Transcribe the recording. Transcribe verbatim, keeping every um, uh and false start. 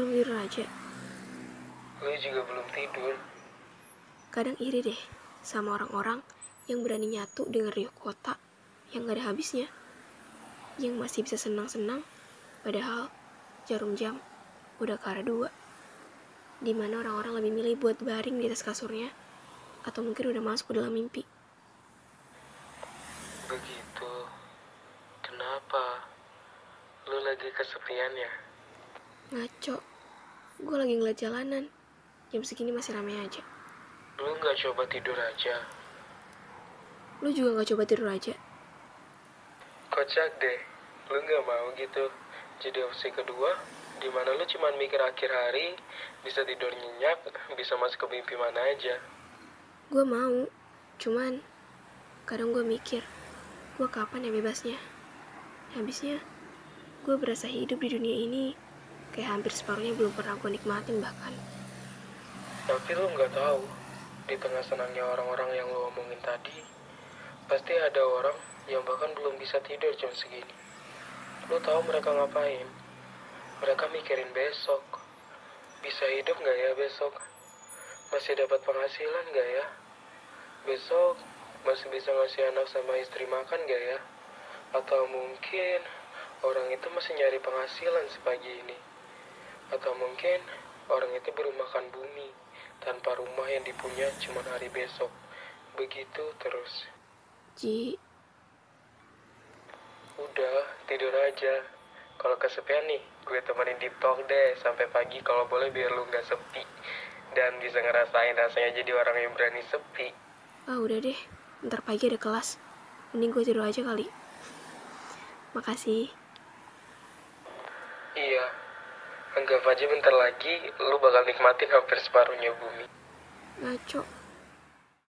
belum tidur aja. Lu juga belum tidur. Kadang iri deh sama orang-orang yang berani nyatu dengan riuh kota yang gak ada habisnya. Yang masih bisa senang-senang, padahal jarum jam udah ke arah dua. Dimana orang-orang lebih milih buat baring di atas kasurnya, atau mungkin udah masuk ke dalam mimpi. Begitu. Kenapa? Lu lagi kesepian ya? Ngaco, gue lagi ngeliat jalanan. Jam segini masih ramai aja. Lu gak coba tidur aja? Lu juga gak coba tidur aja? Kocak deh. Lu gak mau gitu jadi opsi kedua, dimana lu cuman mikir akhir hari, bisa tidur nyenyak, bisa masuk ke mimpi mana aja. Gue mau, cuman kadang gue mikir, gue kapan ya bebasnya? Habisnya, gue berasa hidup di dunia ini kayak hampir separuhnya belum pernah gue nikmatin bahkan. Tapi lu gak tahu, di tengah senangnya orang-orang yang lu omongin tadi, pasti ada orang yang bahkan belum bisa tidur jam segini. Lu tahu mereka ngapain? Mereka mikirin besok. Bisa hidup gak ya besok? Masih dapat penghasilan gak ya? Besok masih bisa ngasih anak sama istri makan gak ya? Atau mungkin orang itu masih nyari penghasilan sepagi ini. Atau mungkin orang itu baru makan bumi tanpa rumah yang dipunya cuma hari besok. Begitu terus. Ji, Udah, tidur aja. Kalau kesepian nih, gue temenin deep talk deh sampai pagi kalau boleh biar lu gak sepi. Dan bisa ngerasain rasanya jadi orang yang berani sepi. ah udah deh, ntar pagi ada kelas. Mending gue tidur aja kali. Makasih. Iya, anggap aja bentar lagi lu bakal nikmatin hampir separuhnya bumi. Ngaco.